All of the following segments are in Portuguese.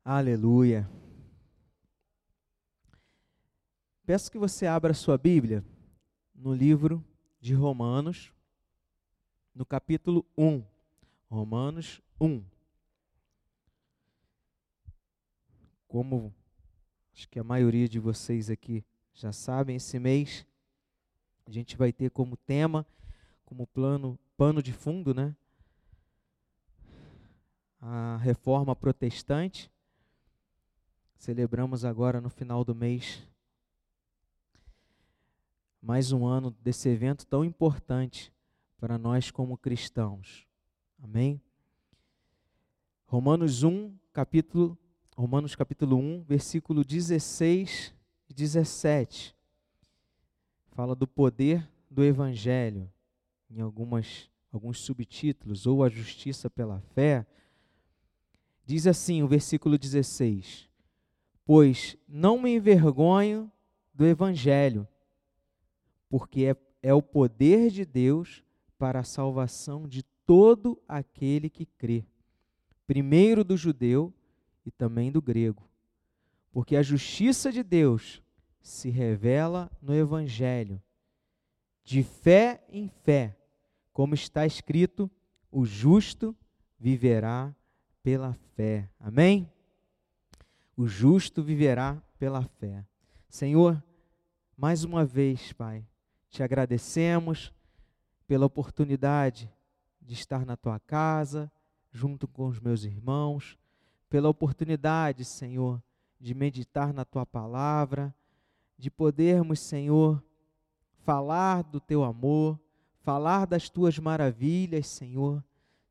Aleluia. Peço que você abra sua Bíblia no livro de Romanos, no capítulo 1. Romanos 1. Como acho que a maioria de vocês aqui já sabem, esse mês a gente vai ter como tema, como pano de fundo, né? A Reforma Protestante. Celebramos agora no final do mês mais um ano desse evento tão importante para nós como cristãos. Amém? Romanos capítulo 1, versículo 16 e 17. Fala do poder do Evangelho, em alguns subtítulos, ou a justiça pela fé. Diz assim o versículo 16: Pois não me envergonho do Evangelho, porque é o poder de Deus para a salvação de todo aquele que crê, primeiro do judeu e também do grego. Porque a justiça de Deus se revela no Evangelho, de fé em fé, como está escrito, o justo viverá pela fé. Amém? O justo viverá pela fé. Senhor, mais uma vez, Pai, te agradecemos pela oportunidade de estar na Tua casa, junto com os meus irmãos, pela oportunidade, Senhor, de meditar na Tua palavra, de podermos, Senhor, falar do Teu amor, falar das Tuas maravilhas, Senhor.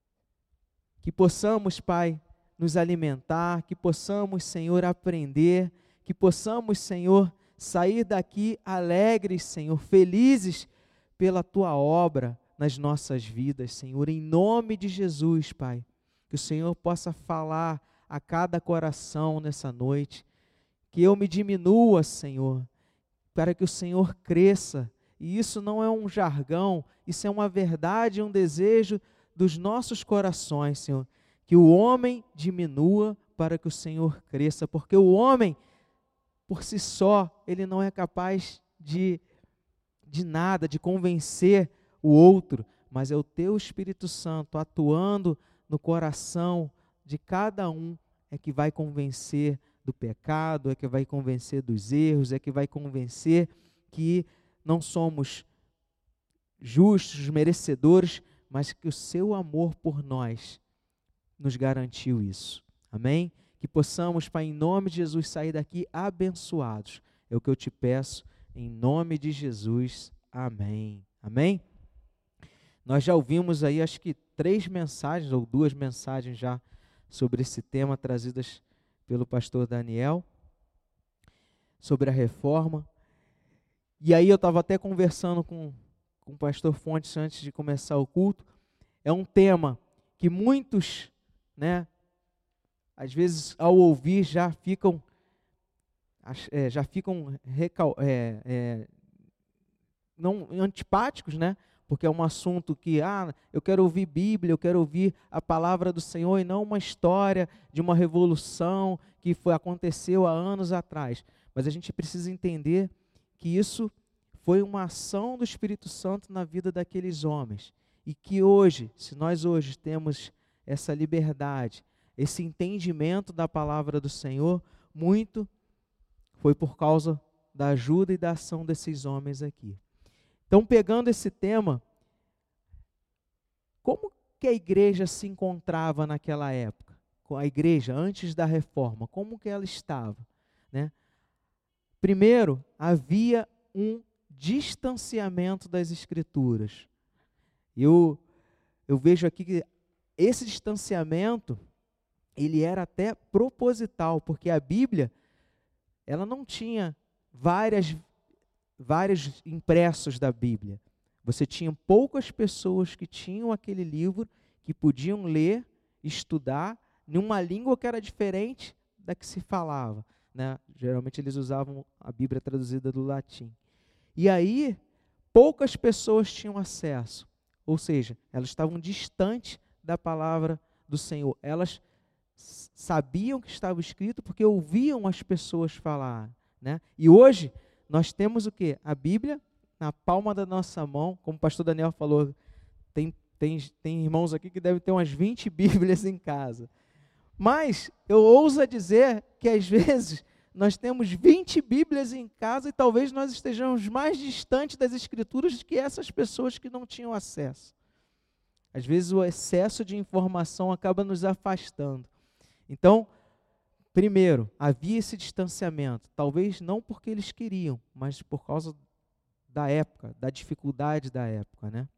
Que possamos, Pai, nos alimentar, que possamos, Senhor, aprender, que possamos, Senhor, sair daqui alegres, Senhor, felizes pela Tua obra nas nossas vidas, Senhor, em nome de Jesus, Pai. Que o Senhor possa falar a cada coração nessa noite, que eu me diminua, Senhor, para que o Senhor cresça. E isso não é um jargão, isso é uma verdade, um desejo dos nossos corações, Senhor. Que o homem diminua para que o Senhor cresça, porque o homem, por si só, ele não é capaz de nada, de convencer o outro, mas é o Teu Espírito Santo atuando no coração de cada um, é que vai convencer do pecado, é que vai convencer dos erros, é que vai convencer que não somos justos, merecedores, mas que o Seu amor por nós nos garantiu isso. Amém? Que possamos, Pai, em nome de Jesus, sair daqui abençoados. É o que eu te peço, em nome de Jesus. Amém. Amém? Nós já ouvimos aí, acho que 3 mensagens, ou 2 mensagens já, sobre esse tema, trazidas pelo pastor Daniel, sobre a reforma. E aí eu estava até conversando com o pastor Fontes antes de começar o culto. É um tema que muitos, às vezes ao ouvir já ficam não antipáticos, porque é um assunto que, eu quero ouvir Bíblia, eu quero ouvir a palavra do Senhor e não uma história de uma revolução que aconteceu há anos atrás. Mas a gente precisa entender que isso foi uma ação do Espírito Santo na vida daqueles homens. E que hoje, se nós hoje temos essa liberdade, esse entendimento da palavra do Senhor, muito foi por causa da ajuda e da ação desses homens aqui. Então, pegando esse tema, como que a igreja se encontrava naquela época? A igreja, antes da reforma, como que ela estava? Primeiro, havia um distanciamento das Escrituras. Eu vejo aqui que esse distanciamento, ele era até proposital, porque a Bíblia, ela não tinha vários impressos da Bíblia. Você tinha poucas pessoas que tinham aquele livro, que podiam ler, estudar, numa língua que era diferente da que se falava. Geralmente eles usavam a Bíblia traduzida do latim. E aí, poucas pessoas tinham acesso. Ou seja, elas estavam distantes da palavra do Senhor. Elas sabiam que estava escrito porque ouviam as pessoas falar, né? E hoje nós temos o quê? A Bíblia na palma da nossa mão, como o pastor Daniel falou, tem irmãos aqui que devem ter umas 20 Bíblias em casa. Mas eu ouso dizer que às vezes nós temos 20 Bíblias em casa e talvez nós estejamos mais distantes das Escrituras do que essas pessoas que não tinham acesso. Às vezes o excesso de informação acaba nos afastando. Então, primeiro, havia esse distanciamento, talvez não porque eles queriam, mas por causa da época, da dificuldade da época, né?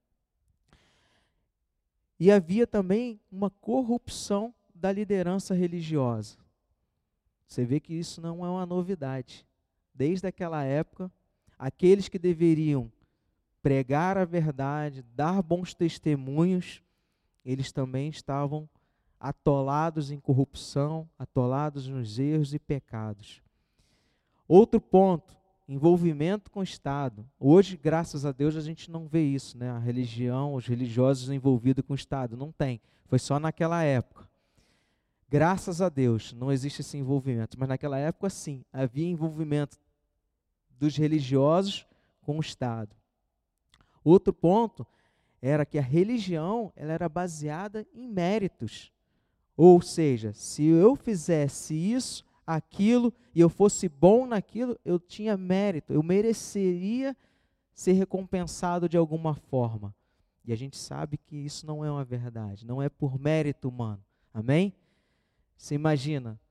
E havia também uma corrupção da liderança religiosa. Você vê que isso não é uma novidade. Desde aquela época, aqueles que deveriam pregar a verdade, dar bons testemunhos, eles também estavam atolados em corrupção, atolados nos erros e pecados. Outro ponto, envolvimento com o Estado. Hoje, graças a Deus, a gente não vê isso, né? A religião, os religiosos envolvidos com o Estado, não tem. Foi só naquela época. Graças a Deus, não existe esse envolvimento, mas naquela época sim, havia envolvimento dos religiosos com o Estado. Outro ponto era que a religião ela era baseada em méritos. Ou seja, se eu fizesse isso, aquilo, e eu fosse bom naquilo, eu tinha mérito, eu mereceria ser recompensado de alguma forma. E a gente sabe que isso não é uma verdade, não é por mérito humano. Amém? Você imagina,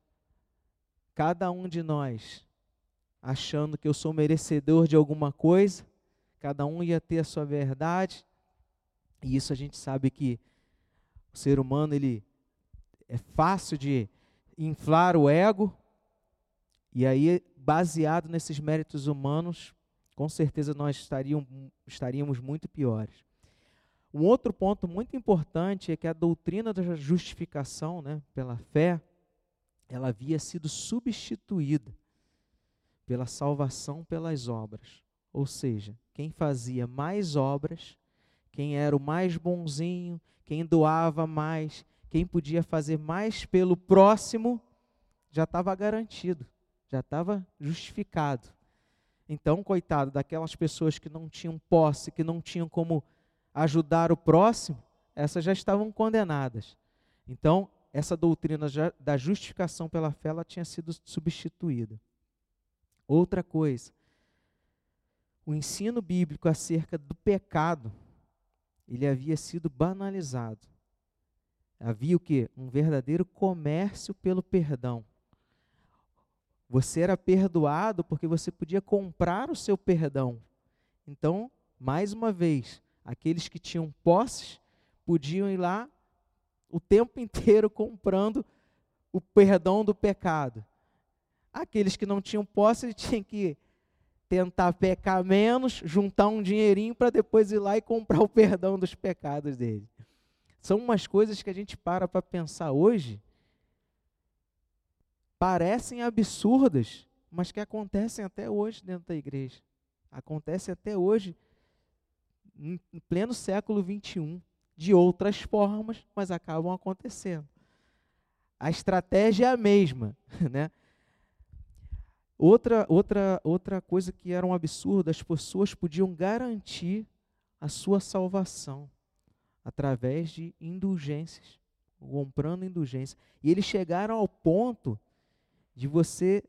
cada um de nós achando que eu sou merecedor de alguma coisa, cada um ia ter a sua verdade, e isso a gente sabe que o ser humano ele é fácil de inflar o ego, e aí baseado nesses méritos humanos, com certeza nós estaríamos muito piores. Um outro ponto muito importante é que a doutrina da justificação, né, pela fé, ela havia sido substituída pela salvação pelas obras. Ou seja, quem fazia mais obras, quem era o mais bonzinho, quem doava mais, quem podia fazer mais pelo próximo, já estava garantido, já estava justificado. Então, coitado daquelas pessoas que não tinham posse, que não tinham como ajudar o próximo, essas já estavam condenadas. Então, essa doutrina da justificação pela fé, ela tinha sido substituída. Outra coisa, o ensino bíblico acerca do pecado, ele havia sido banalizado. Havia o quê? Um verdadeiro comércio pelo perdão. Você era perdoado porque você podia comprar o seu perdão. Então, mais uma vez, aqueles que tinham posses podiam ir lá o tempo inteiro comprando o perdão do pecado. Aqueles que não tinham posse tinham que tentar pecar menos, juntar um dinheirinho para depois ir lá e comprar o perdão dos pecados dele. São umas coisas que a gente para pensar hoje, parecem absurdas, mas que acontecem até hoje dentro da igreja. Acontece até hoje, em pleno século XXI, de outras formas, mas acabam acontecendo. A estratégia é a mesma, né? Outra coisa que era um absurdo, as pessoas podiam garantir a sua salvação através de indulgências, comprando indulgência. E eles chegaram ao ponto de você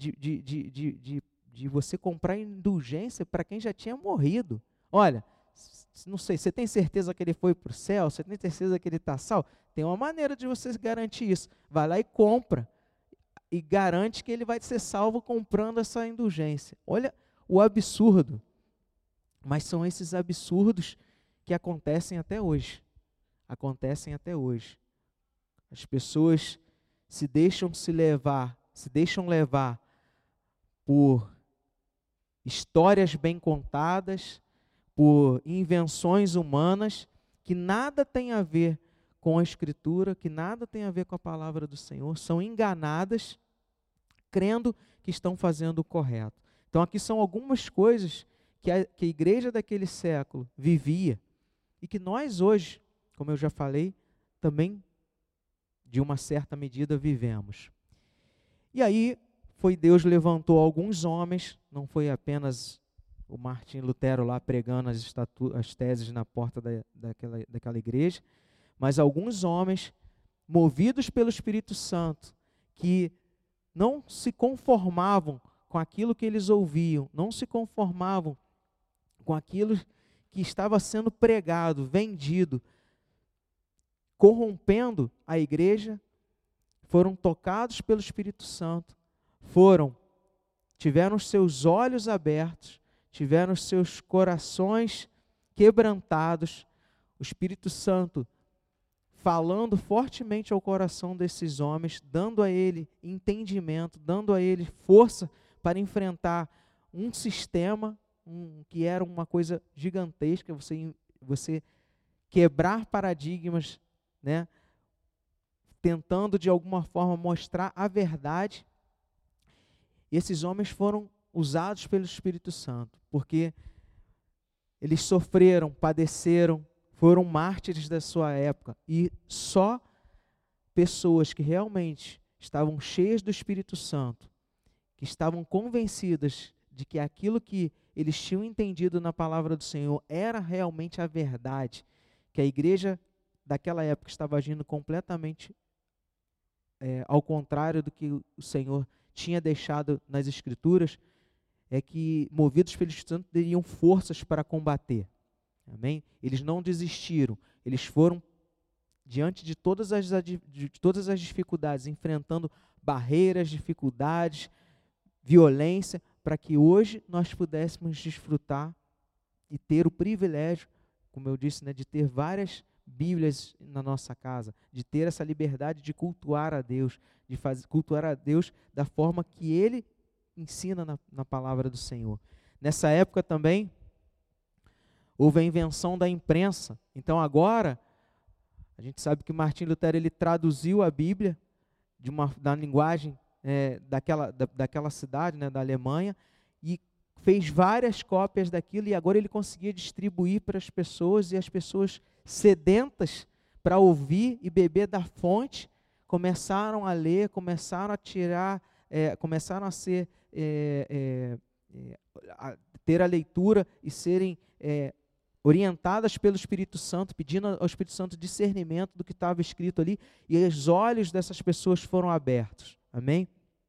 você comprar indulgência para quem já tinha morrido. Olha, não sei, você tem certeza que ele foi para o céu? Você tem certeza que ele está salvo? Tem uma maneira de você garantir isso. Vai lá e compra. E garante que ele vai ser salvo comprando essa indulgência. Olha o absurdo. Mas são esses absurdos que acontecem até hoje. Acontecem até hoje. As pessoas se deixam levar por histórias bem contadas, por invenções humanas, que nada tem a ver com a Escritura, que nada tem a ver com a palavra do Senhor, são enganadas, crendo que estão fazendo o correto. Então aqui são algumas coisas que a igreja daquele século vivia, e que nós hoje, como eu já falei, também de uma certa medida, vivemos. E aí, Deus levantou alguns homens, não foi apenas o Martim Lutero lá pregando as teses na porta daquela igreja, mas alguns homens, movidos pelo Espírito Santo, que não se conformavam com aquilo que eles ouviam, não se conformavam com aquilo que estava sendo pregado, vendido, corrompendo a igreja, foram tocados pelo Espírito Santo, tiveram seus olhos abertos, tiveram seus corações quebrantados, o Espírito Santo falando fortemente ao coração desses homens, dando a ele entendimento, dando a ele força para enfrentar um sistema que era uma coisa gigantesca, você quebrar paradigmas, né? Tentando de alguma forma mostrar a verdade. E esses homens foram usados pelo Espírito Santo, porque eles sofreram, padeceram, foram mártires da sua época, e só pessoas que realmente estavam cheias do Espírito Santo, que estavam convencidas de que aquilo que eles tinham entendido na palavra do Senhor era realmente a verdade, que a igreja daquela época estava agindo completamente ao contrário do que o Senhor tinha deixado nas Escrituras, é que, movidos pelo Espírito Santo, teriam forças para combater. Amém? Eles não desistiram, eles foram diante de todas as dificuldades, enfrentando barreiras, dificuldades, violência, para que hoje nós pudéssemos desfrutar e ter o privilégio, como eu disse, né, de ter várias Bíblias na nossa casa, de ter essa liberdade de cultuar a Deus, de cultuar a Deus da forma que Ele ensina na palavra do Senhor. Nessa época também, houve a invenção da imprensa. Então agora, a gente sabe que Martim Lutero ele traduziu a Bíblia da linguagem daquela cidade, né, da Alemanha, e fez várias cópias daquilo, e agora ele conseguia distribuir para as pessoas, e as pessoas sedentas para ouvir e beber da fonte, começaram a ler, começaram a tirar, começaram a ser, a ter a leitura e serem orientadas pelo Espírito Santo, pedindo ao Espírito Santo discernimento do que estava escrito ali, e os olhos dessas pessoas foram abertos. Amém?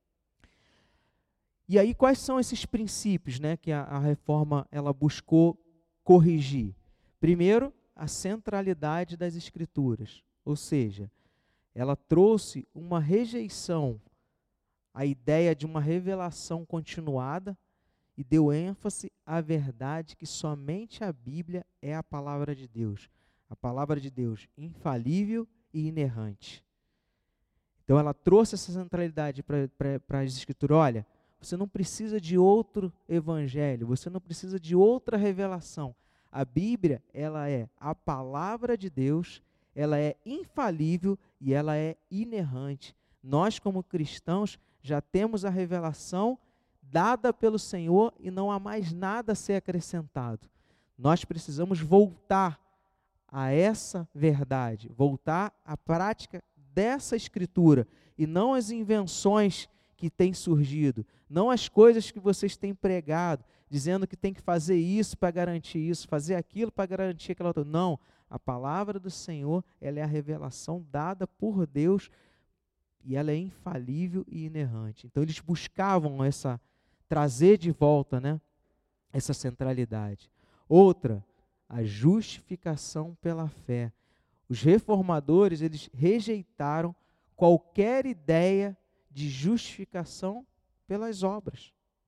E aí, quais são esses princípios, né, que a reforma ela buscou corrigir? Primeiro, a centralidade das Escrituras, ou seja, ela trouxe uma rejeição à ideia de uma revelação continuada e deu ênfase à verdade que somente a Bíblia é a palavra de Deus infalível e inerrante. Então ela trouxe essa centralidade para as Escrituras. Olha, você não precisa de outro evangelho, você não precisa de outra revelação. A Bíblia, ela é a palavra de Deus, ela é infalível e ela é inerrante. Nós, como cristãos, já temos a revelação dada pelo Senhor e não há mais nada a ser acrescentado. Nós precisamos voltar a essa verdade, voltar à prática dessa Escritura e não as invenções que têm surgido, não as coisas que vocês têm pregado, dizendo que tem que fazer isso para garantir isso, fazer aquilo para garantir aquela outra. Não, a palavra do Senhor, ela é a revelação dada por Deus e ela é infalível e inerrante. Então eles buscavam trazer de volta, né, essa centralidade. Outra, a justificação pela fé. Os reformadores, eles rejeitaram qualquer ideia de justificação pelas obras.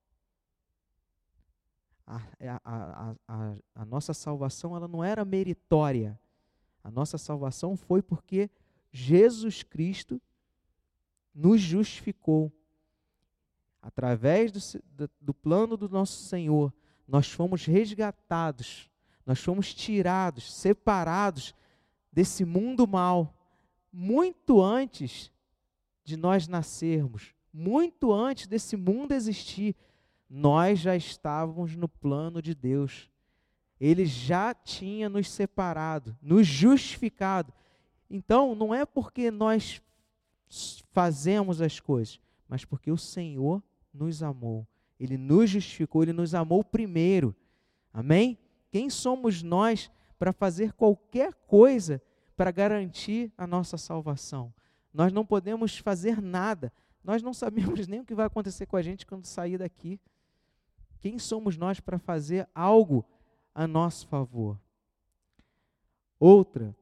A nossa salvação ela não era meritória. A nossa salvação foi porque Jesus Cristo nos justificou. Através do plano do nosso Senhor, nós fomos resgatados, nós fomos tirados, separados desse mundo mal, muito antes de nós nascermos, muito antes desse mundo existir. Nós já estávamos no plano de Deus. Ele já tinha nos separado, nos justificado. Então, não é porque nós fazemos as coisas, mas porque o Senhor nos amou. Ele nos justificou, Ele nos amou primeiro. Amém? Quem somos nós para fazer qualquer coisa para garantir a nossa salvação? Nós não podemos fazer nada. Nós não sabemos nem o que vai acontecer com a gente quando sair daqui. Quem somos nós para fazer algo a nosso favor? Outro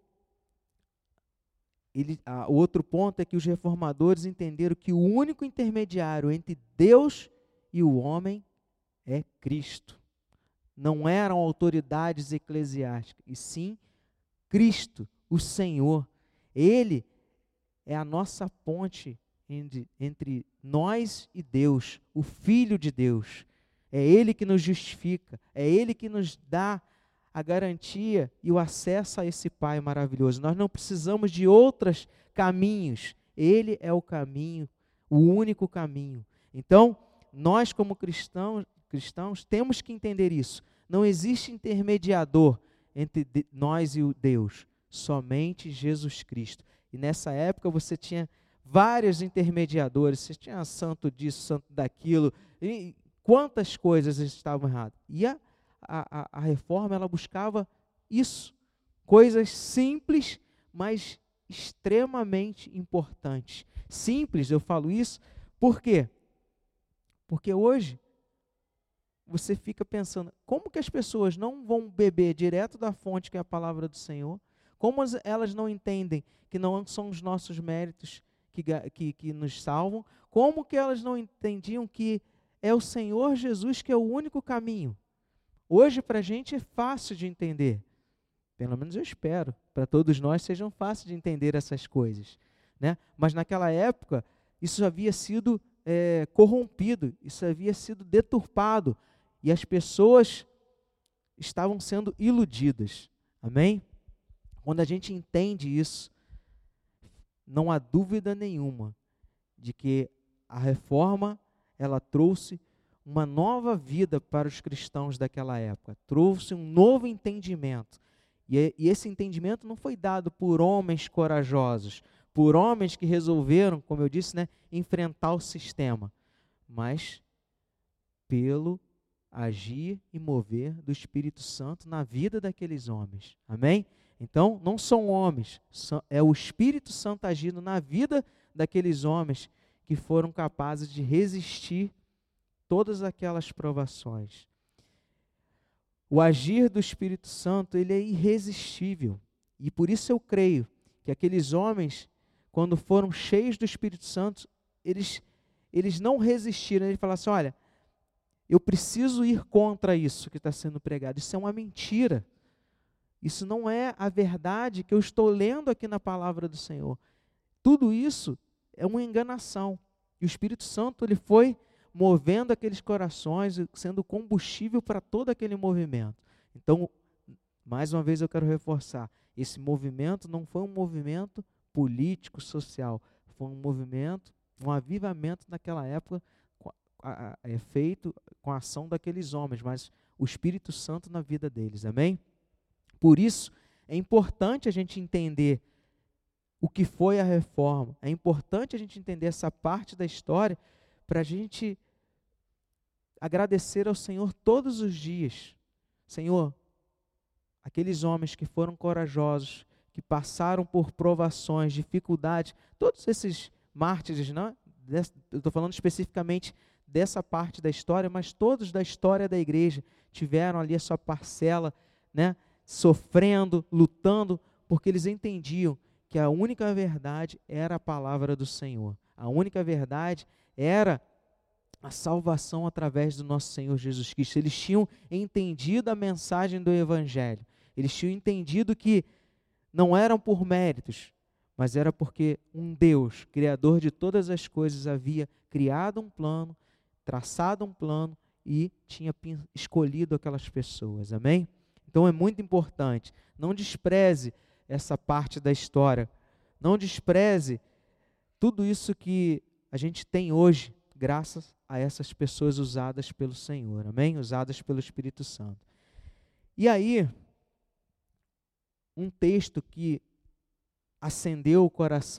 ponto é que os reformadores entenderam que o único intermediário entre Deus e o homem é Cristo. Não eram autoridades eclesiásticas, e sim Cristo, o Senhor. Ele é a nossa ponte entre nós e Deus, o Filho de Deus. É Ele que nos justifica, é Ele que nos dá a garantia e o acesso a esse Pai maravilhoso. Nós não precisamos de outros caminhos. Ele é o caminho, o único caminho. Então, nós como cristãos temos que entender isso. Não existe intermediador entre nós e o Deus, somente Jesus Cristo. E nessa época você tinha vários intermediadores, você tinha santo disso, santo daquilo, e quantas coisas estavam erradas. E a reforma, ela buscava isso, coisas simples, mas extremamente importantes. Simples, eu falo isso, por quê? Porque hoje você fica pensando, como que as pessoas não vão beber direto da fonte que é a palavra do Senhor? Como elas não entendem que não são os nossos méritos que nos salvam? Como que elas não entendiam que é o Senhor Jesus que é o único caminho? Hoje para a gente é fácil de entender, pelo menos eu espero, para todos nós sejam fáceis de entender essas coisas, né? Mas naquela época isso havia sido corrompido, isso havia sido deturpado, e as pessoas estavam sendo iludidas, amém? Quando a gente entende isso, não há dúvida nenhuma de que a reforma, ela trouxe uma nova vida para os cristãos daquela época, trouxe um novo entendimento, e esse entendimento não foi dado por homens corajosos, por homens que resolveram, como eu disse, né, enfrentar o sistema, mas pelo agir e mover do Espírito Santo na vida daqueles homens, amém? Então, não são homens, é o Espírito Santo agindo na vida daqueles homens que foram capazes de resistir todas aquelas provações. O agir do Espírito Santo, ele é irresistível, e por isso eu creio que aqueles homens, quando foram cheios do Espírito Santo, eles não resistiram, eles falaram assim, olha, eu preciso ir contra isso que está sendo pregado, isso é uma mentira, isso não é a verdade que eu estou lendo aqui na palavra do Senhor. Tudo isso é uma enganação. E o Espírito Santo, ele foi movendo aqueles corações, sendo combustível para todo aquele movimento. Então, mais uma vez eu quero reforçar, esse movimento não foi um movimento político, social, foi um movimento, um avivamento naquela época, feito com a ação daqueles homens, mas o Espírito Santo na vida deles, amém? Por isso, é importante a gente entender o que foi a reforma, é importante a gente entender essa parte da história, para a gente agradecer ao Senhor todos os dias. Senhor, aqueles homens que foram corajosos, que passaram por provações, dificuldades, todos esses mártires, não? Eu estou falando especificamente dessa parte da história, mas todos da história da igreja tiveram ali a sua parcela, né? Sofrendo, lutando, porque eles entendiam que a única verdade era a palavra do Senhor. A única verdade era a salvação através do nosso Senhor Jesus Cristo. Eles tinham entendido a mensagem do Evangelho. Eles tinham entendido que não eram por méritos, mas era porque um Deus, Criador de todas as coisas, havia criado um plano, traçado um plano e tinha escolhido aquelas pessoas. Amém? Então é muito importante. Não despreze essa parte da história. Não despreze tudo isso que a gente tem hoje, graças a essas pessoas usadas pelo Senhor, amém? Usadas pelo Espírito Santo. E aí, um texto que acendeu o coração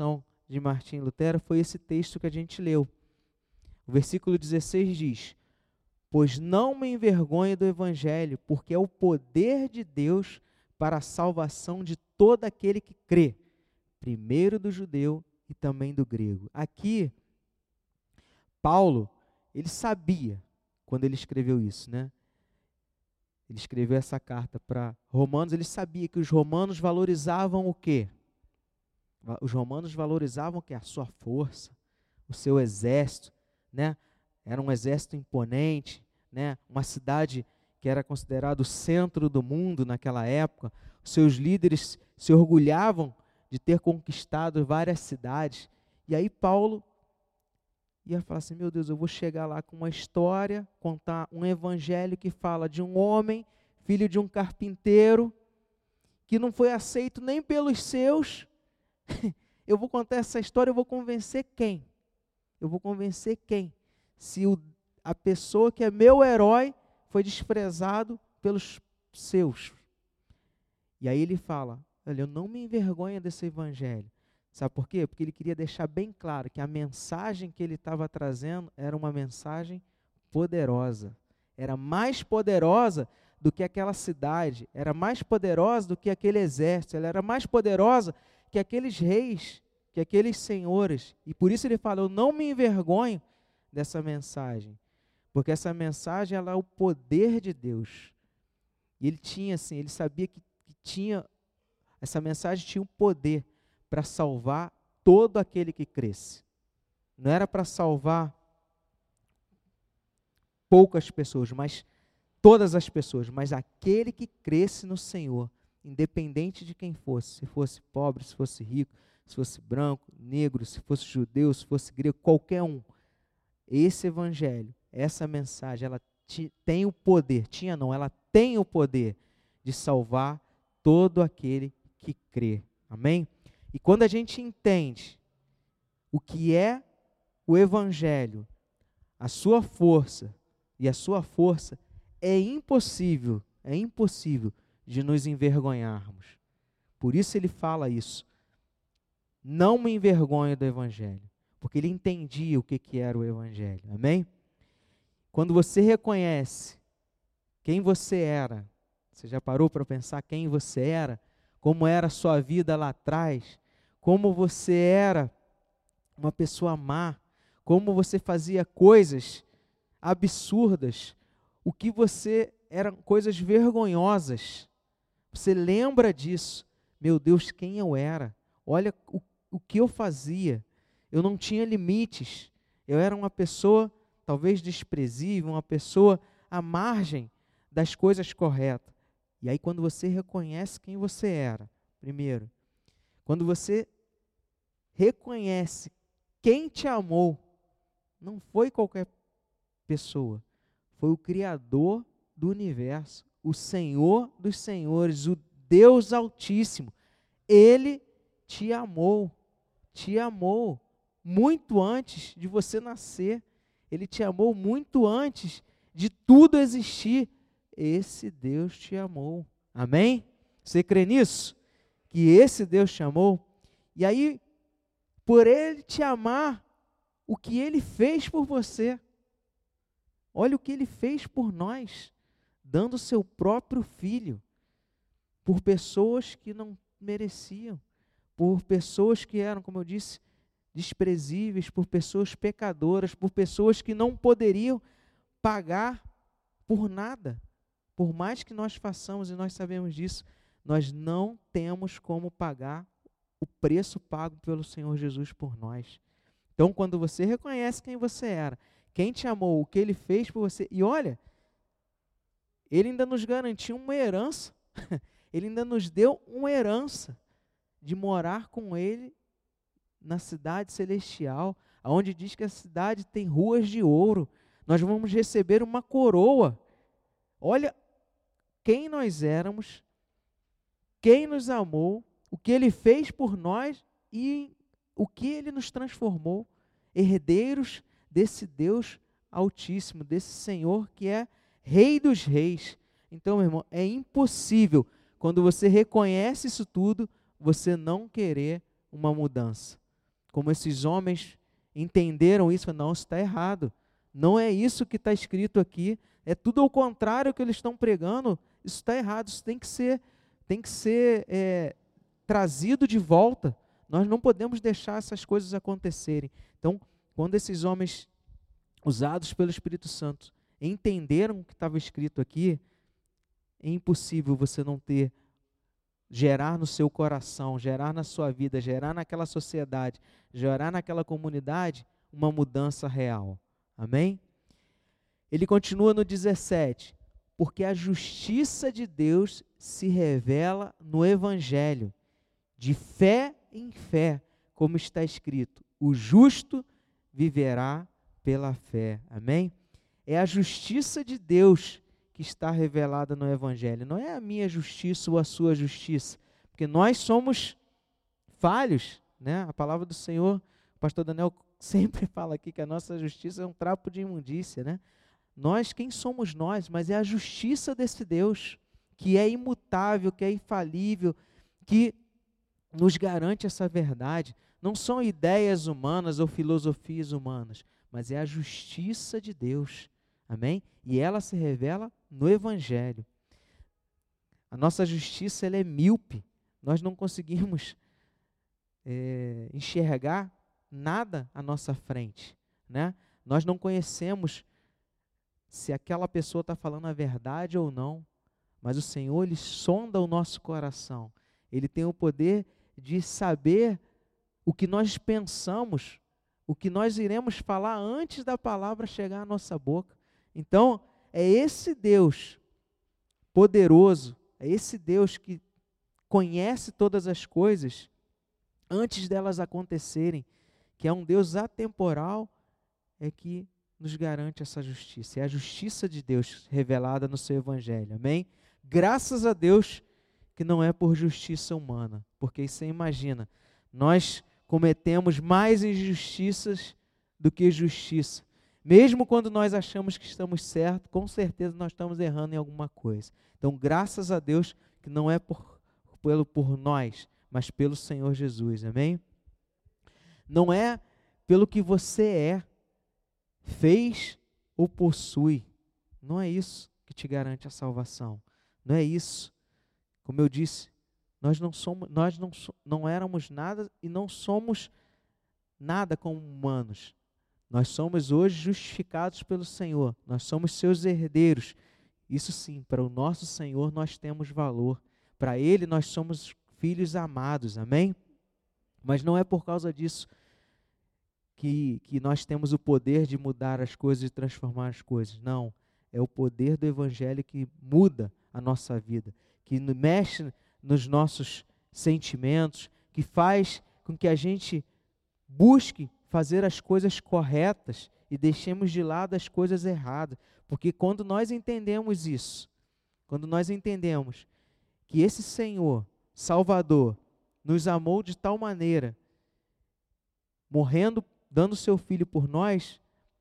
de Martim Lutero foi esse texto que a gente leu. O versículo 16 diz: pois não me envergonho do Evangelho, porque é o poder de Deus para a salvação de todo aquele que crê, primeiro do judeu e também do grego. Aqui, Paulo, ele sabia, quando ele escreveu isso, né? Ele escreveu essa carta para Romanos, ele sabia que os romanos valorizavam o quê? Os romanos valorizavam o quê? A sua força, o seu exército, né? Era um exército imponente, né? Uma cidade que era considerado o centro do mundo naquela época. Os seus líderes se orgulhavam de ter conquistado várias cidades. E aí Paulo ia falar assim, meu Deus, eu vou chegar lá com uma história, contar um evangelho que fala de um homem, filho de um carpinteiro, que não foi aceito nem pelos seus. Eu vou contar essa história, eu vou convencer quem? Eu vou convencer quem? Se a pessoa que é meu herói foi desprezado pelos seus. E aí ele fala, olha, eu não me envergonho desse evangelho. Sabe por quê? Porque ele queria deixar bem claro que a mensagem que ele estava trazendo era uma mensagem poderosa. Era mais poderosa do que aquela cidade, era mais poderosa do que aquele exército, ela era mais poderosa que aqueles reis, que aqueles senhores. E por isso ele fala, eu não me envergonho dessa mensagem, porque essa mensagem ela é o poder de Deus. E ele tinha assim, ele sabia que tinha, essa mensagem tinha o poder para salvar todo aquele que cresce. Não era para salvar poucas pessoas, mas todas as pessoas, mas aquele que cresce no Senhor, independente de quem fosse, se fosse pobre, se fosse rico, se fosse branco, negro, se fosse judeu, se fosse grego, qualquer um. Esse evangelho, essa mensagem, ela tem o poder, ela tem o poder de salvar todo aquele que crê. Amém? E quando a gente entende o que é o evangelho, a sua força, e a sua força, é impossível de nos envergonharmos. Por isso ele fala isso. Não me envergonho do evangelho, porque ele entendia o que era o evangelho. Amém? Quando você reconhece quem você era, você já parou para pensar quem você era? Como era a sua vida lá atrás? Como você era uma pessoa má? Como você fazia coisas absurdas? O que você eram coisas vergonhosas? Você lembra disso? Meu Deus, quem eu era? Olha o que eu fazia. Eu não tinha limites. Eu era uma pessoa talvez desprezível, uma pessoa à margem das coisas corretas. E aí quando você reconhece quem você era, primeiro, quando você reconhece quem te amou, não foi qualquer pessoa, foi o Criador do universo, o Senhor dos senhores, o Deus Altíssimo. Ele te amou muito antes de você nascer. Ele te amou muito antes de tudo existir. Esse Deus te amou. Amém? Você crê nisso? Que esse Deus te amou? E aí, por Ele te amar, o que Ele fez por você. Olha o que Ele fez por nós, dando o seu próprio Filho, por pessoas que não mereciam, por pessoas que eram, como eu disse, desprezíveis, por pessoas pecadoras, por pessoas que não poderiam pagar por nada. Por mais que nós façamos, e nós sabemos disso, nós não temos como pagar o preço pago pelo Senhor Jesus por nós. Então, quando você reconhece quem você era, quem te amou, o que Ele fez por você, e olha, Ele ainda nos garantiu uma herança, Ele ainda nos deu uma herança de morar com Ele na cidade celestial, onde diz que a cidade tem ruas de ouro. Nós vamos receber uma coroa. Olha quem nós éramos, quem nos amou, o que Ele fez por nós e o que Ele nos transformou, herdeiros desse Deus Altíssimo, desse Senhor que é Rei dos Reis. Então, meu irmão, é impossível, quando você reconhece isso tudo, você não querer uma mudança. como esses homens entenderam isso, não, isso está errado. Não é isso que está escrito aqui. É tudo ao contrário que eles estão pregando. Isso está errado. Isso tem que ser trazido de volta. Nós não podemos deixar essas coisas acontecerem. Então, quando esses homens usados pelo Espírito Santo entenderam o que estava escrito aqui, é impossível você não gerar no seu coração, gerar na sua vida, gerar naquela sociedade, gerar naquela comunidade uma mudança real. Amém? Ele continua no 17, porque a justiça de Deus se revela no Evangelho, de fé em fé, como está escrito, o justo viverá pela fé. Amém? É a justiça de Deus que está revelada no Evangelho. Não é a minha justiça ou a sua justiça, porque nós somos falhos, né? A palavra do Senhor, o pastor Daniel sempre fala aqui que a nossa justiça é um trapo de imundícia, né? Nós, quem somos nós? Mas é a justiça desse Deus, que é imutável, que é infalível, que nos garante essa verdade. Não são ideias humanas ou filosofias humanas, mas é a justiça de Deus. Amém? E ela se revela no Evangelho. A nossa justiça, ela é míope. Nós não conseguimos enxergar nada à nossa frente, né? Nós não conhecemos se aquela pessoa está falando a verdade ou não, mas o Senhor, Ele sonda o nosso coração. Ele tem o poder de saber o que nós pensamos, o que nós iremos falar antes da palavra chegar à nossa boca. Então, é esse Deus poderoso, é esse Deus que conhece todas as coisas antes delas acontecerem, que é um Deus atemporal, é que nos garante essa justiça. É a justiça de Deus revelada no seu Evangelho. Amém? Graças a Deus que não é por justiça humana, porque você imagina, nós cometemos mais injustiças do que justiça. Mesmo quando nós achamos que estamos certos, com certeza nós estamos errando em alguma coisa. Então, graças a Deus que não é por nós, mas pelo Senhor Jesus. Amém? Não é pelo que você fez ou possui. Não é isso que te garante a salvação. Não é isso. Como eu disse, nós não éramos nada e não somos nada como humanos. Nós somos hoje justificados pelo Senhor. Nós somos seus herdeiros. Isso sim, para o nosso Senhor nós temos valor. Para Ele nós somos filhos amados. Amém? Mas não é por causa disso que nós temos o poder de mudar as coisas e transformar as coisas. Não. É o poder do Evangelho que muda a nossa vida, que mexe nos nossos sentimentos, que faz com que a gente busque fazer as coisas corretas e deixemos de lado as coisas erradas. Porque quando nós entendemos isso, quando nós entendemos que esse Senhor, Salvador, nos amou de tal maneira, morrendo, dando seu Filho por nós,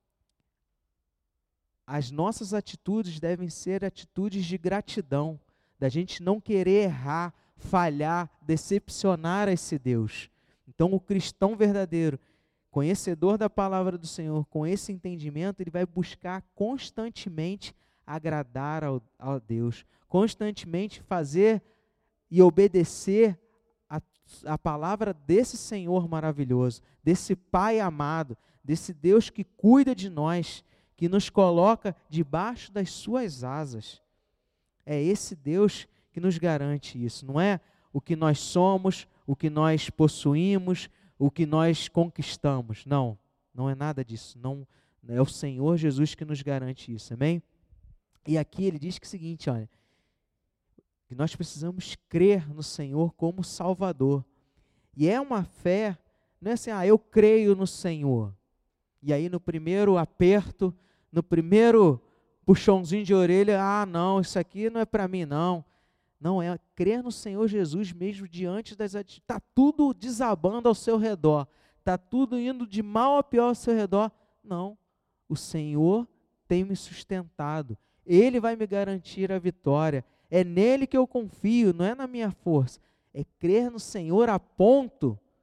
as nossas atitudes devem ser atitudes de gratidão, da gente não querer errar, falhar, decepcionar esse Deus. Então o cristão verdadeiro, conhecedor da palavra do Senhor, com esse entendimento, ele vai buscar constantemente agradar ao Deus, constantemente fazer e obedecer a palavra desse Senhor maravilhoso, desse Pai amado, desse Deus que cuida de nós, que nos coloca debaixo das suas asas. É esse Deus que nos garante isso, não é o que nós somos, o que nós possuímos, o que nós conquistamos. Não, não é nada disso. Não, é o Senhor Jesus que nos garante isso, amém? E aqui ele diz que é o seguinte, olha, que nós precisamos crer no Senhor como Salvador. E é uma fé, não é assim, eu creio no Senhor. E aí no primeiro aperto, no primeiro puxãozinho de orelha, não, isso aqui não é para mim não. Não, é crer no Senhor Jesus mesmo diante das atitudes. Está tudo desabando ao seu redor. Está tudo indo de mal a pior ao seu redor. Não, o Senhor tem me sustentado. Ele vai me garantir a vitória. É nele que eu confio, não é na minha força. É crer no Senhor a ponto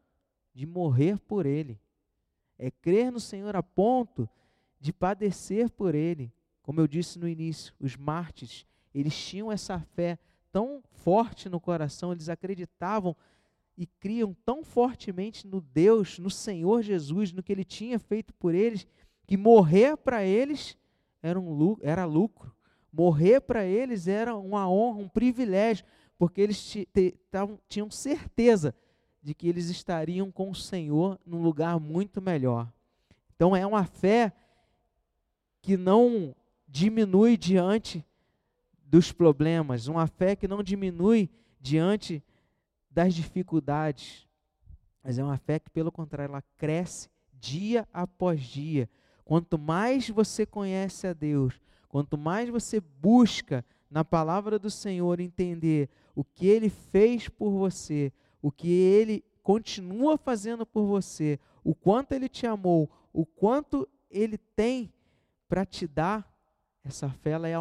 de morrer por Ele. É crer no Senhor a ponto de padecer por Ele. Como eu disse no início, os mártires, eles tinham essa fé tão forte no coração, eles acreditavam e criam tão fortemente no Deus, no Senhor Jesus, no que Ele tinha feito por eles, que morrer para eles era lucro. Morrer para eles era uma honra, um privilégio, porque eles tinham certeza de que eles estariam com o Senhor num lugar muito melhor. Então é uma fé que não diminui diante dos problemas, uma fé que não diminui diante das dificuldades, mas é uma fé que, pelo contrário, ela cresce dia após dia. Quanto mais você conhece a Deus, quanto mais você busca na palavra do Senhor entender o que Ele fez por você, o que Ele continua fazendo por você, o quanto Ele te amou, o quanto Ele tem para te dar, essa fé ela é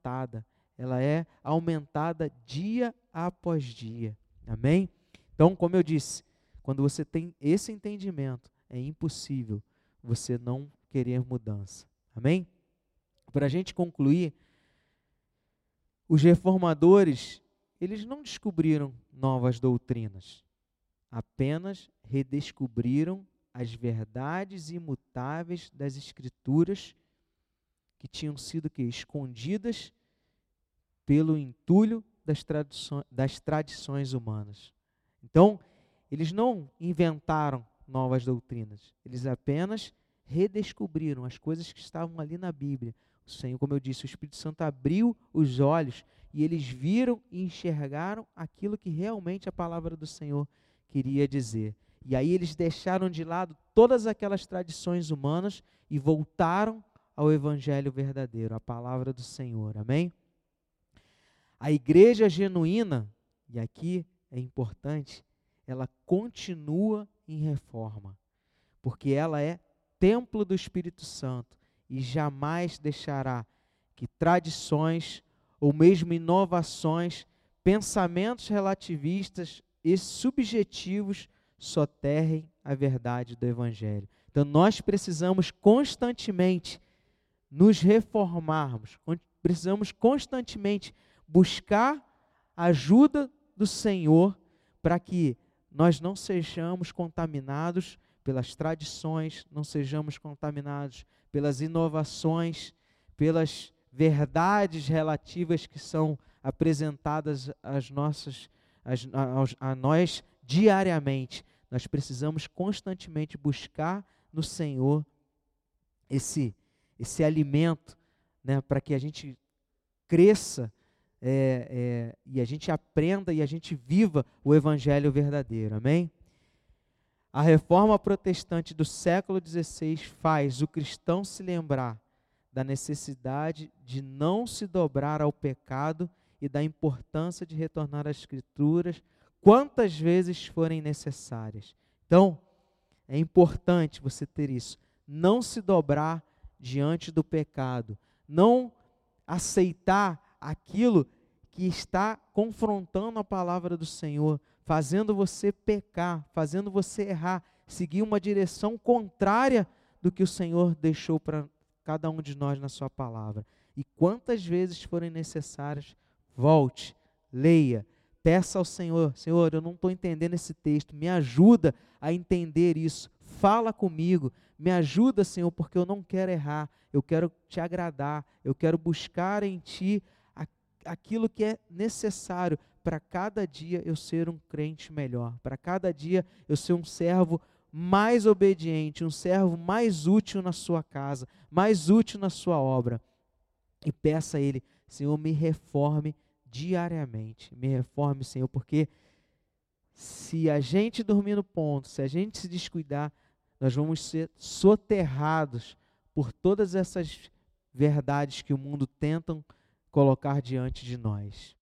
aumentada dia após dia. Amém? Então, como eu disse, quando você tem esse entendimento, é impossível você não querer mudança. Amém? Para a gente concluir, os reformadores, eles não descobriram novas doutrinas, apenas redescobriram as verdades imutáveis das Escrituras que tinham sido escondidas pelo entulho das tradições humanas. Então, eles não inventaram novas doutrinas, eles apenas redescobriram as coisas que estavam ali na Bíblia. O Senhor, como eu disse, o Espírito Santo abriu os olhos e eles viram e enxergaram aquilo que realmente a palavra do Senhor queria dizer. E aí eles deixaram de lado todas aquelas tradições humanas e voltaram ao Evangelho verdadeiro, à palavra do Senhor. Amém? A igreja genuína, e aqui é importante, ela continua em reforma, porque ela é templo do Espírito Santo e jamais deixará que tradições ou mesmo inovações, pensamentos relativistas e subjetivos soterrem a verdade do Evangelho. Então nós precisamos constantemente nos reformarmos, precisamos constantemente buscar a ajuda do Senhor para que nós não sejamos contaminados pelas tradições, não sejamos contaminados pelas inovações, pelas verdades relativas que são apresentadas a nós diariamente. Nós precisamos constantemente buscar no Senhor esse alimento, né, para que a gente cresça e a gente aprenda e a gente viva o Evangelho verdadeiro. Amém? A reforma protestante do século XVI faz o cristão se lembrar da necessidade de não se dobrar ao pecado e da importância de retornar às Escrituras quantas vezes forem necessárias. Então, é importante você ter isso. Não se dobrar diante do pecado. Não aceitar aquilo que está confrontando a palavra do Senhor, fazendo você pecar, fazendo você errar, seguir uma direção contrária do que o Senhor deixou para cada um de nós na sua palavra. E quantas vezes forem necessárias, volte, leia, peça ao Senhor: Senhor, eu não estou entendendo esse texto, me ajuda a entender isso, fala comigo, me ajuda, Senhor, porque eu não quero errar, eu quero te agradar, eu quero buscar em Ti aquilo que é necessário para cada dia eu ser um crente melhor, para cada dia eu ser um servo mais obediente, um servo mais útil na sua casa, mais útil na sua obra. E peça a Ele: Senhor, me reforme diariamente, me reforme, Senhor, porque se a gente dormir no ponto, se a gente se descuidar, nós vamos ser soterrados por todas essas verdades que o mundo tenta colocar diante de nós.